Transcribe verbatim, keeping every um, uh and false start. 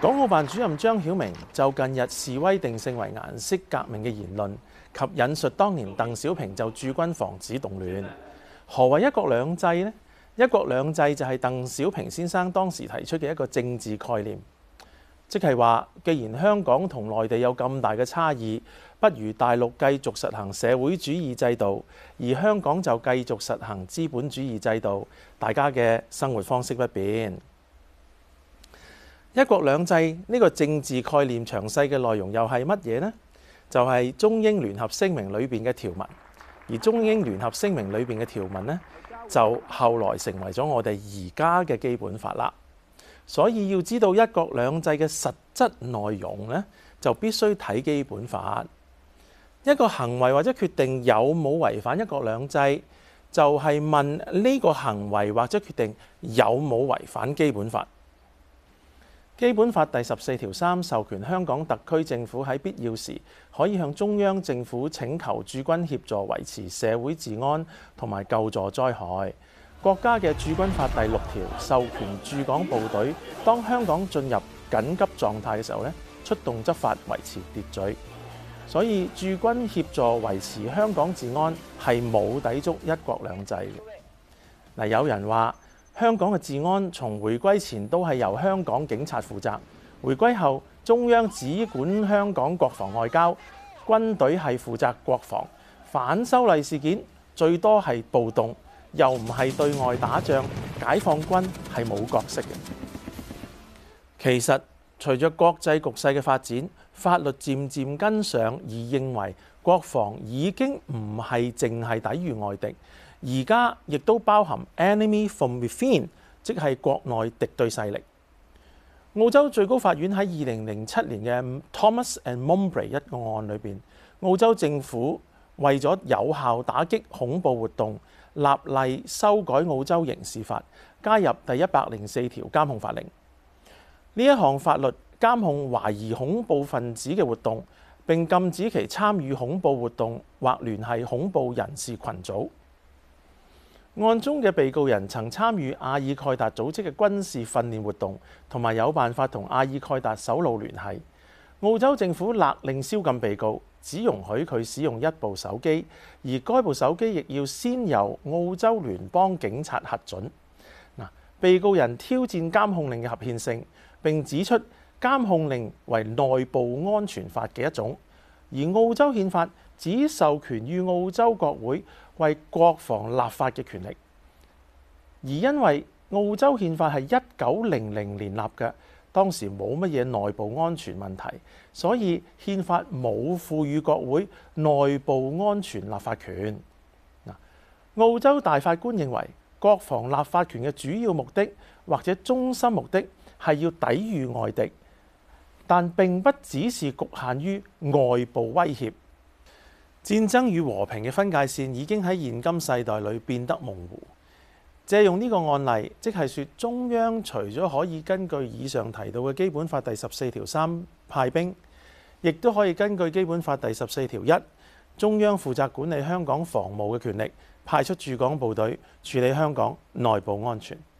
港澳辦主任張曉明就近日示威定性為顏色革命嘅言論及引述當年鄧小平就駐軍防止動亂。何謂一國兩制呢？一國兩制就係鄧小平先生當時提出嘅一個政治概念，即係話，既然香港同內地有咁大嘅差異，不如大陸繼續實行社會主義制度，而香港就繼續實行資本主義制度，大家嘅生活方式不變。一國兩制呢個政治概念詳細嘅內容又係乜嘢呢？就係中英聯合聲明裏邊嘅條文，而中英聯合聲明裏邊嘅條文呢，就後來成為咗我哋而家嘅基本法啦。所以要知道一國兩制嘅實質內容呢，就必須睇基本法。一個行為或者決定有冇違反一國兩制，就係問呢個行為或者決定有冇違反基本法。基本法第十四條三授權香港特區政府喺必要時可以向中央政府請求駐軍協助維持社會治安同埋救助災害。國家嘅駐軍法第六條授權駐港部隊當香港進入緊急狀態嘅時候咧，出動執法維持秩序。所以駐軍協助維持香港治安係冇抵觸一國兩制嘅。嗱，有人話香港嘅治安從回歸前都係由香港警察負責，回歸後中央只管香港國防外交，軍隊係負責國防。反修例事件最多係暴動，又唔係對外打仗，解放軍係冇角色嘅。其實隨着國際局勢嘅發展，法律漸漸跟上，而認為國防已經唔係淨係抵禦外敵。而家亦都包含 enemy from within， 即係國內敵對勢力。澳洲最高法院喺二零零七年嘅 Thomas and Mowbray 一個案裏邊，澳洲政府為咗有效打擊恐怖活動，立例修改澳洲刑事法，加入第一百零四條監控法令。呢一項法律監控懷疑恐怖分子嘅活動，並禁止其參與恐怖活動或聯繫恐怖人士群組。案中嘅被告人曾參與阿爾蓋達組織嘅軍事訓練活動，同埋有辦法同阿爾蓋達首腦聯繫。澳洲政府勒令宵禁被告，只容許佢使用一部手機，而該部手機亦要先由澳洲聯邦警察核准。嗱，被告人挑戰監控令嘅合憲性，並指出監控令為內部安全法嘅一種，而澳洲憲法只授權予澳洲國會為國防立法嘅權力，而因為澳洲憲法係一九零零年立嘅，當時冇乜嘢內部安全問題，所以憲法冇賦予國會內部安全立法權。澳洲大法官認為，國防立法權嘅主要目的或者中心目的係要抵禦外敵，但並不只是局限於外部威脅。戰爭與和平嘅分界線已經喺現今世代裏變得模糊。借用呢個案例，即係說中央除咗可以根據以上提到嘅基本法第十四條三派兵，亦都可以根據基本法第十四條一，中央負責管理香港防務嘅權力，派出駐港部隊處理香港內部安全。